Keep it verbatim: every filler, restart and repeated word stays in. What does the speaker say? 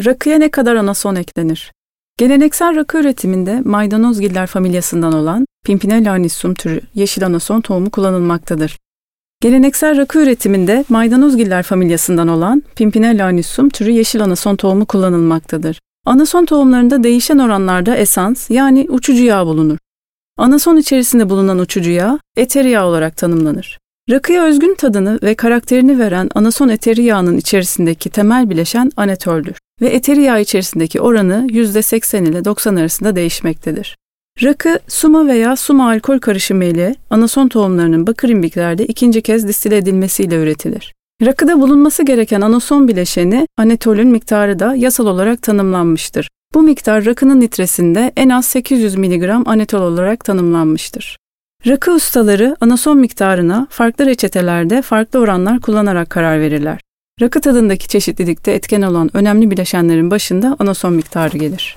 Rakıya ne kadar anason eklenir? Geleneksel rakı üretiminde maydanozgiller familyasından olan Pimpinella anissum türü yeşil anason tohumu kullanılmaktadır. Geleneksel rakı üretiminde maydanozgiller familyasından olan Pimpinella anissum türü yeşil anason tohumu kullanılmaktadır. Anason tohumlarında değişen oranlarda esans yani uçucu yağ bulunur. Anason içerisinde bulunan uçucu yağ eteri yağ olarak tanımlanır. Rakıya özgün tadını ve karakterini veren anason eteri yağının içerisindeki temel bileşen anetoldür ve eteri yağ içerisindeki oranı yüzde seksen ile doksan arasında değişmektedir. Rakı, suma veya suma alkol karışımı ile anason tohumlarının bakır imbiklerde ikinci kez distile edilmesiyle üretilir. Rakıda bulunması gereken anason bileşeni anetolün miktarı da yasal olarak tanımlanmıştır. Bu miktar rakının litresinde en az sekiz yüz miligram anetol olarak tanımlanmıştır. Rakı ustaları anason miktarına farklı reçetelerde farklı oranlar kullanarak karar verirler. Rakı tadındaki çeşitlilikte etken olan önemli bileşenlerin başında anason miktarı gelir.